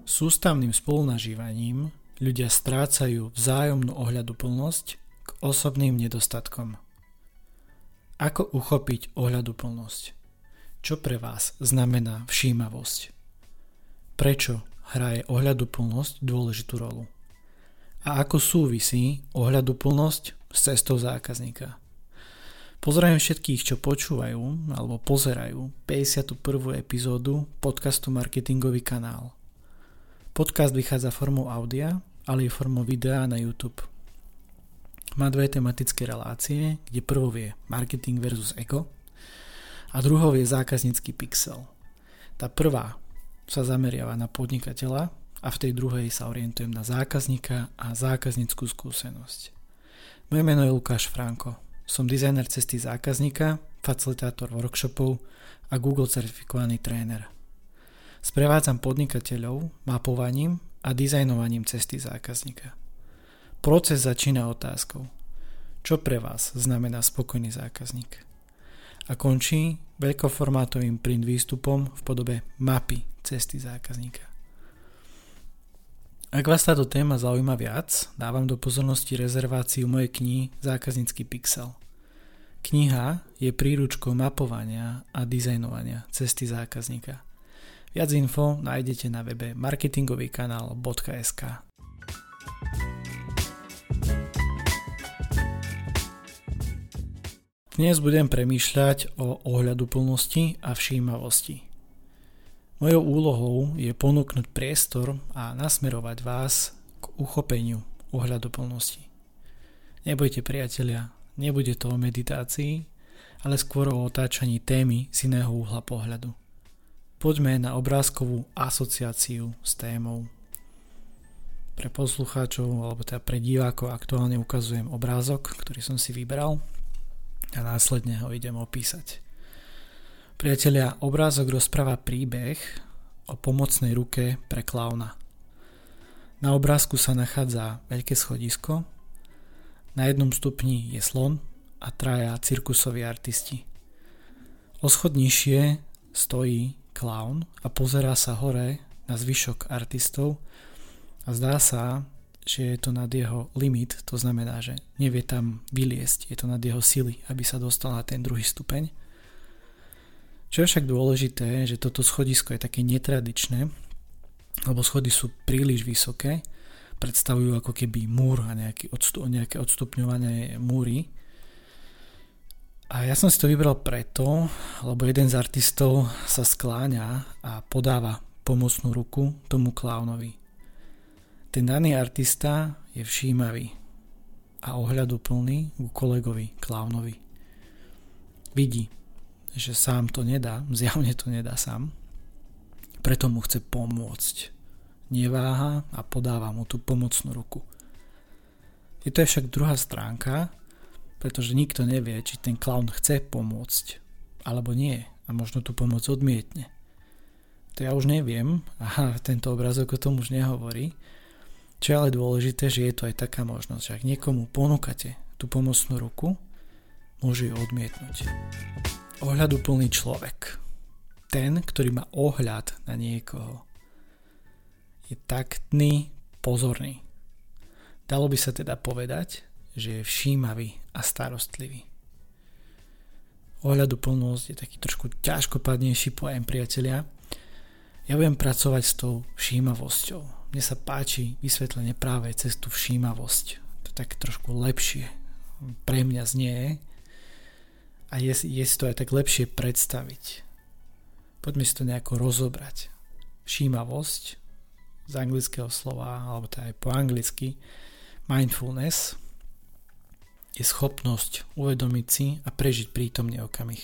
Sústavným spolunažívaním ľudia strácajú vzájomnú ohľaduplnosť k osobným nedostatkom. Ako uchopiť ohľaduplnosť? Čo pre vás znamená všímavosť? Prečo hraje ohľaduplnosť dôležitú rolu? A ako súvisí ohľaduplnosť s cestou zákazníka? Pozdravujem všetkých, čo počúvajú alebo pozerajú 51. epizódu podcastu Marketingový kanál. Podcast vychádza formou audia, ale i formou videa na YouTube. Má dve tematické relácie, kde prvou je marketing versus ego a druhou je zákaznícky pixel. Tá prvá sa zameriava na podnikateľa a v tej druhej sa orientujem na zákazníka a zákaznícku skúsenosť. Moje meno je Lukáš Franko. Som dizajner cesty zákazníka, facilitátor workshopov a Google certifikovaný tréner. Sprevádzam podnikateľov mapovaním a dizajnovaním cesty zákazníka. Proces začína otázkou: čo pre vás znamená spokojný zákazník? A končí veľkoformátovým print výstupom v podobe mapy cesty zákazníka. Ak vás táto téma zaujíma viac, dávam do pozornosti rezerváciu mojej knihy Zákaznícky pixel. Kniha je príručkou mapovania a dizajnovania cesty zákazníka. Viac info nájdete na webe marketingovýkanál.sk. Dnes budem premýšľať o ohľaduplnosti a všímavosti. Mojou úlohou je ponúknuť priestor a nasmerovať vás k uchopeniu ohľaduplnosti. Nebojte, priatelia, nebude to o meditácii, ale skôr o otáčaní témy z iného uhla pohľadu. Poďme na obrázkovú asociáciu s témou. Pre poslucháčov alebo teda pre divákov aktuálne ukazujem obrázok, ktorý som si vybral a následne ho idem opísať. Priatelia, obrázok rozpráva príbeh o pomocnej ruke pre klauna. Na obrázku sa nachádza veľké schodisko, na jednom stupni je slon a traja cirkusoví artisti. O schod nižšie stojí klaun a pozerá sa hore na zvyšok artistov a zdá sa, že je to nad jeho limit, to znamená, že nevie tam vyliesť, je to nad jeho sily, aby sa dostal na ten druhý stupeň. Čo je však dôležité, že toto schodisko je také netradičné, lebo schody sú príliš vysoké, predstavujú ako keby múr a nejaké odstupňované múry. A ja som si to vybral preto, lebo jeden z artistov sa skláňa a podáva pomocnú ruku tomu klaunovi. Ten daný artista je všímavý a ohľaduplný ku kolegovi klaunovi. Vidí, že sám to nedá, zjavne to nedá sám, preto mu chce pomôcť. Neváha a podáva mu tú pomocnú ruku. Je to však druhá stránka, pretože nikto nevie, či ten klaun chce pomôcť, alebo nie, a možno tú pomoc odmietne. To ja už neviem, a tento obrázok o tom už nehovorí, čo je ale dôležité, že je to aj taká možnosť, že ak niekomu ponúkate tú pomocnú ruku, môže ju odmietnúť. Ohľaduplný človek, ten, ktorý má ohľad na niekoho, je taktný, pozorný. Dalo by sa teda povedať, že je všímavý a starostlivý. Ohľaduplnosť je taký trošku ťažkopadnejší pojem, priatelia. Ja budem pracovať s tou všímavosťou. Mne sa páči vysvetlenie práve cez tú všímavosť. To tak trošku lepšie pre mňa znie a je si to aj tak lepšie predstaviť. Poďme si to nejako rozobrať. Všímavosť z anglického slova, alebo to aj po anglicky mindfulness, je schopnosť uvedomiť si a prežiť prítomný okamih.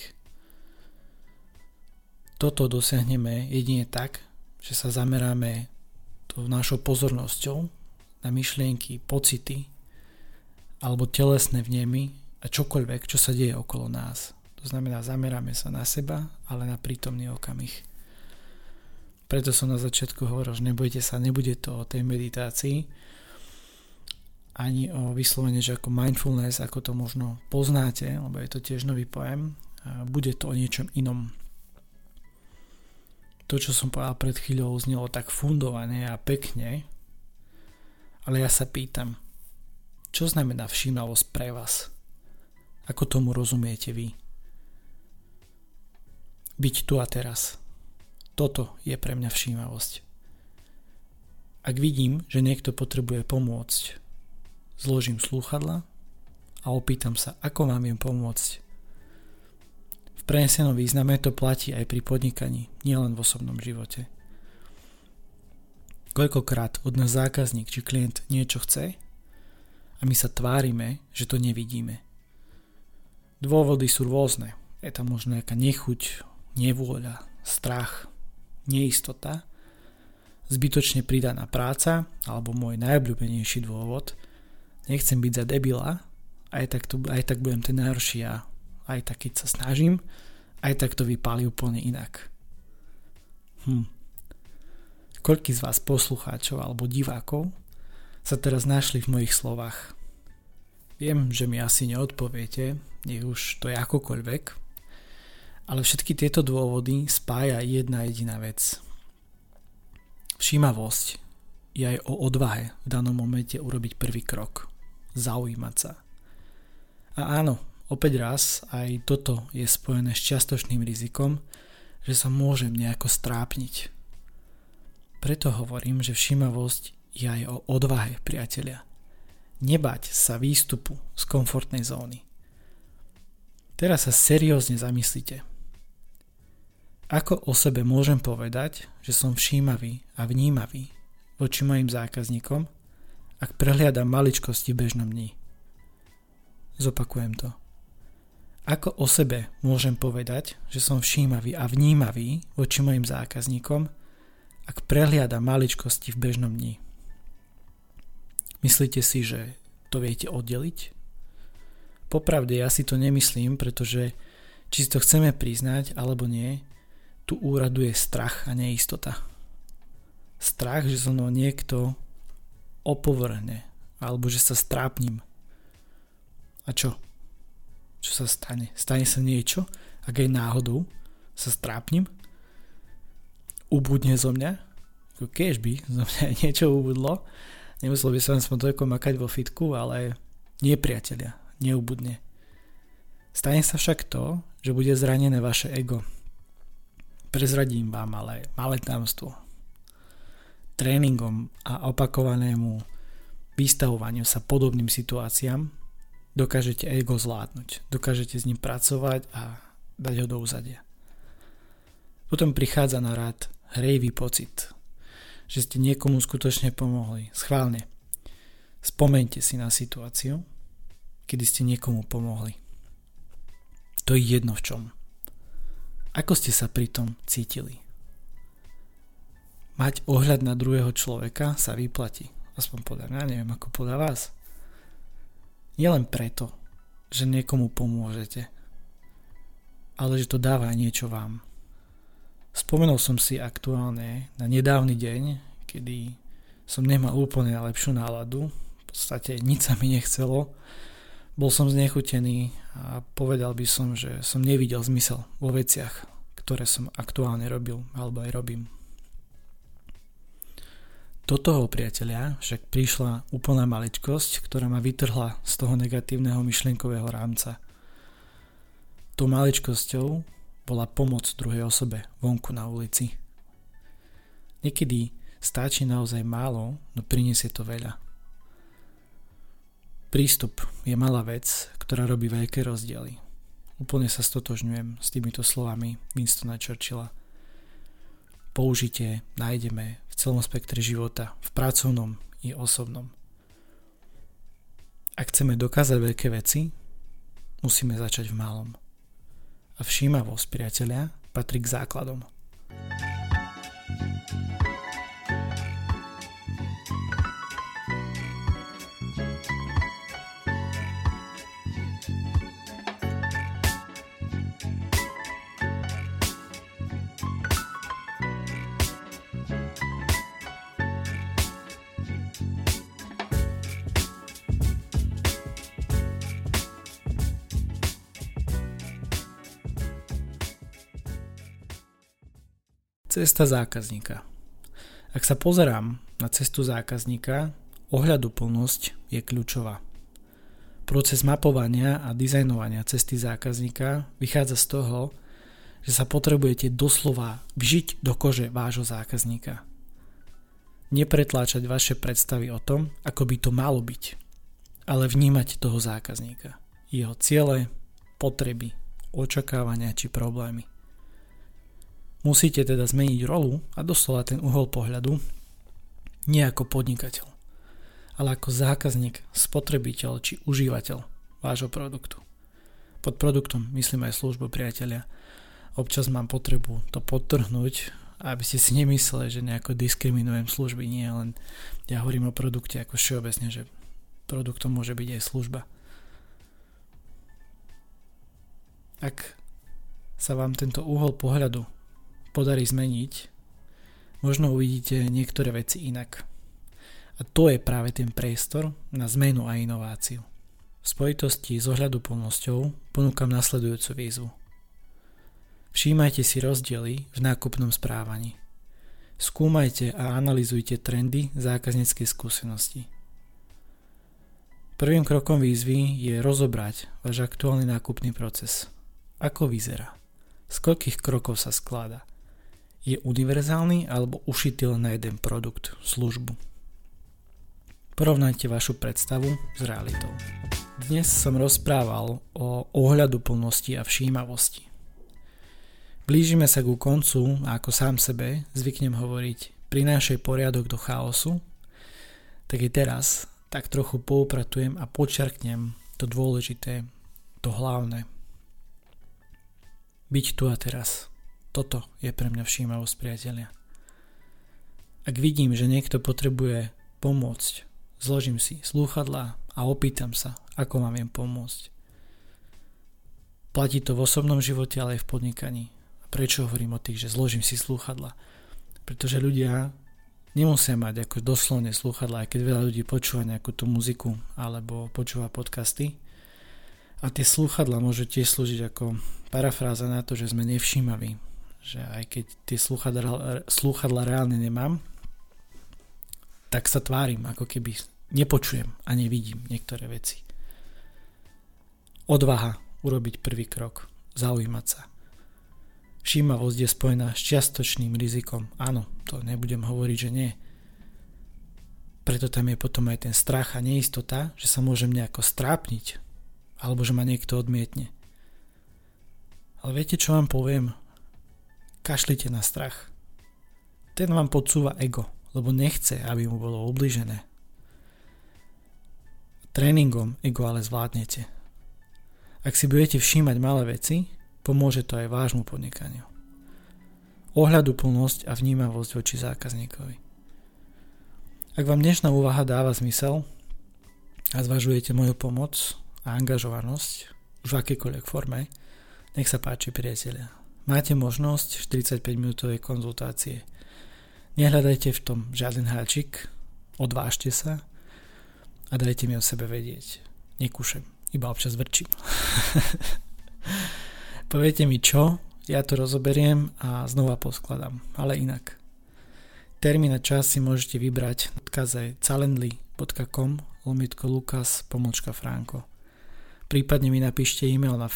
Toto dosiahneme jedine tak, že sa zameráme tou našou pozornosťou na myšlienky, pocity alebo telesné vnemy a čokoľvek, čo sa deje okolo nás. To znamená, zameráme sa na seba, ale na prítomný okamih. Preto som na začiatku hovoril, že nebojte sa, nebude to o tej meditácii, ani o vyslovene, že ako mindfulness, ako to možno poznáte, lebo je to tiež nový pojem, bude to o niečom inom. to, čo som povedal pred chvíľou, znelo tak fundované a pekne, ale ja sa pýtam, čo znamená všímavosť pre vás? Ako tomu rozumiete vy? Byť tu a teraz. Toto je pre mňa všímavosť. Ak vidím, že niekto potrebuje pomôcť, zložím slúchadla a opýtam sa, ako vám viem pomôcť. V prenesenom význame to platí aj pri podnikaní, nielen v osobnom živote. Koľkokrát od nás zákazník či klient niečo chce a my sa tvárime, že to nevidíme. Dôvody sú rôzne. Je tam možno nejaká nechuť, nevôľa, strach, neistota, zbytočne pridaná práca alebo môj najobľúbenejší dôvod, nechcem byť za debila, aj tak budem ten najhorší ja. Aj tak, keď sa snažím, aj tak to vypáli úplne inak. Koľký z vás poslucháčov alebo divákov sa teraz našli v mojich slovách? Viem, že mi asi neodpoviete, nech už to je akokoľvek, ale všetky tieto dôvody spája jedna jediná vec. Všímavosť je aj o odvahe v danom momente urobiť prvý krok. Zaujímať sa. A áno, opäť raz, aj toto je spojené s čiastočným rizikom, že sa môžem nejako strápniť. Preto hovorím, že všímavosť je aj o odvahe, priatelia. Nebať sa výstupu z komfortnej zóny. Teraz sa seriózne zamyslite. Ako o sebe môžem povedať, že som všímavý a vnímavý voči mojim zákazníkom, ak prehliadam maličkosti v bežnom dni? Zopakujem to. Ako o sebe môžem povedať, že som všímavý a vnímavý voči mojim zákazníkom, ak prehliadam maličkosti v bežnom dni? Myslíte si, že to viete oddeliť? Popravde ja si to nemyslím, pretože či si to chceme priznať alebo nie, tu úraduje strach a neistota. Strach, že so mnou niekto opovrhne alebo že sa strápnim. A čo? Čo sa stane? Stane sa niečo, ak aj náhodou sa strápnim? Ubudne zo mňa? Keď by zo mňa niečo ubudlo, nemusel by som toľko makať vo fitku, ale nie, priatelia, neubudne. Stane sa však to, že bude zranené vaše ego. Prezradím vám ale malé tajomstvo. Tréningom a opakovanému vystavovaniu sa podobným situáciám dokážete ego zvládnuť, dokážete s ním pracovať a dať ho do úzadia. Potom prichádza na rad hrejivý pocit, že ste niekomu skutočne pomohli. Schválne. Spomeňte si na situáciu, kedy ste niekomu pomohli. To je jedno v čom. Ako ste sa pri tom cítili? Mať ohľad na druhého človeka sa vyplatí. Aspoň podľa mňa, neviem ako podľa vás. Nielen preto, že niekomu pomôžete, ale že to dáva niečo vám. Spomenul som si aktuálne na nedávny deň, kedy som nemal úplne lepšiu náladu, v podstate nič sa mi nechcelo, bol som znechutený a povedal by som, že som nevidel zmysel vo veciach, ktoré som aktuálne robil alebo aj robím. Do toho, priatelia, však prišla úplná maličkosť, ktorá ma vytrhla z toho negatívneho myšlienkového rámca. Tou maličkosťou bola pomoc druhej osobe vonku na ulici. Niekedy stačí naozaj málo, no prinesie to veľa. Prístup je malá vec, ktorá robí veľké rozdiely. Úplne sa stotožňujem s týmito slovami Winstona Churchilla. Použitie nájdeme v celom spektre života, v pracovnom i osobnom. Ak chceme dokázať veľké veci, musíme začať v malom. A všímavosť, priatelia, patrí k základom. Cesta zákazníka. Ak sa pozerám na cestu zákazníka, ohľaduplnosť je kľúčová. Proces mapovania a dizajnovania cesty zákazníka vychádza z toho, že sa potrebujete doslova vžiť do kože vášho zákazníka. Nepretláčať vaše predstavy o tom, ako by to malo byť, ale vnímať toho zákazníka, jeho ciele, potreby, očakávania či problémy. Musíte teda zmeniť rolu a doslova ten uhol pohľadu nie ako podnikateľ, ale ako zákazník, spotrebiteľ či užívateľ vášho produktu. Pod produktom myslím aj službu, priatelia. Občas mám potrebu to podtrhnúť, aby ste si nemysleli, že nejako diskriminujem služby. Nie, len ja hovorím o produkte ako všeobecne, že produktom môže byť aj služba. Ak sa vám tento uhol pohľadu podarí zmeniť, možno uvidíte niektoré veci inak. A to je práve ten priestor na zmenu a inováciu. V spojitosti s ohľaduplnosťou ponúkam nasledujúcu výzvu. Všímajte si rozdiely v nákupnom správaní. Skúmajte a analyzujte trendy zákazníckej skúsenosti. Prvým krokom výzvy je rozobrať váš aktuálny nákupný proces. Ako vyzerá? Z koľkých krokov sa skláda? Je univerzálny alebo ušitý len na jeden produkt, službu? Porovnajte vašu predstavu s realitou. Dnes som rozprával o ohľaduplnosti a všímavosti. Blížime sa ku koncu a ako sám sebe zvyknem hovoriť, prinášaj poriadok do chaosu, tak i teraz tak trochu poupratujem a podčiarknem to dôležité, to hlavné. Byť tu a teraz. Toto je pre mňa všímavosť, priatelia. Ak vidím, že niekto potrebuje pomôcť, zložím si slúchadlá a opýtam sa, ako mám im pomôcť. Platí to v osobnom živote, ale aj v podnikaní. A prečo hovorím o tých, že zložím si slúchadlá? Pretože ľudia nemusia mať ako doslovne slúchadlá, aj keď veľa ľudí počúva nejakú tú muziku alebo počúva podcasty. A tie slúchadlá môžu tiež slúžiť ako parafráza na to, že sme nevšímaví. Že aj keď tie slúchadlá reálne nemám, tak sa tvárim, ako keby nepočujem a nevidím niektoré veci. Odvaha urobiť prvý krok, zaujímať sa. Všímavosť je spojená s čiastočným rizikom. Áno, to nebudem hovoriť, že nie. Preto tam je potom aj ten strach a neistota, že sa môžem nejako strápniť, alebo že ma niekto odmietne. Ale viete, čo vám poviem? Kašlite na strach. Ten vám podsúva ego, lebo nechce, aby mu bolo ublížené. Tréningom ego ale zvládnete. Ak si budete všímať malé veci, pomôže to aj vášmu podnikaniu. Ohľaduplnosť a vnímavosť voči zákazníkovi. Ak vám dnešná úvaha dáva zmysel a zvažujete moju pomoc a angažovanosť už v akejkoľvek forme, nech sa páči, priatelia. Máte možnosť 45-minútovej konzultácie. Nehľadajte v tom žiaden háčik, odvážte sa a dajte mi o sebe vedieť. Nekúšem, iba občas vrčím. Poviete mi čo, ja to rozoberiem a znova poskladám, ale inak. Termín a čas si môžete vybrať na odkaze calendly.com/Lukas-Franko. Prípadne mi napíšte e-mail na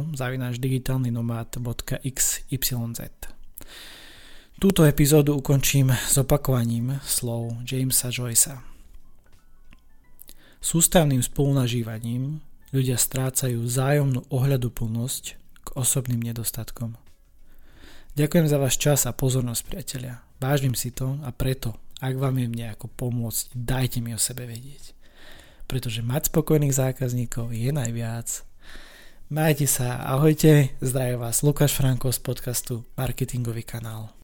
franko@digitalnynomad.xyz. Túto epizódu ukončím s opakovaním slov Jamesa Joycea. Sústavným spolunažívaním ľudia strácajú vzájomnú ohľaduplnosť k osobným nedostatkom. Ďakujem za váš čas a pozornosť, priatelia. Vážim si to a preto, ak vám je nejako pomôcť, dajte mi o sebe vedieť. Pretože mať spokojných zákazníkov je najviac. Majte sa, ahojte, zdraví vás Lukáš Franko z podcastu Marketingový kanál.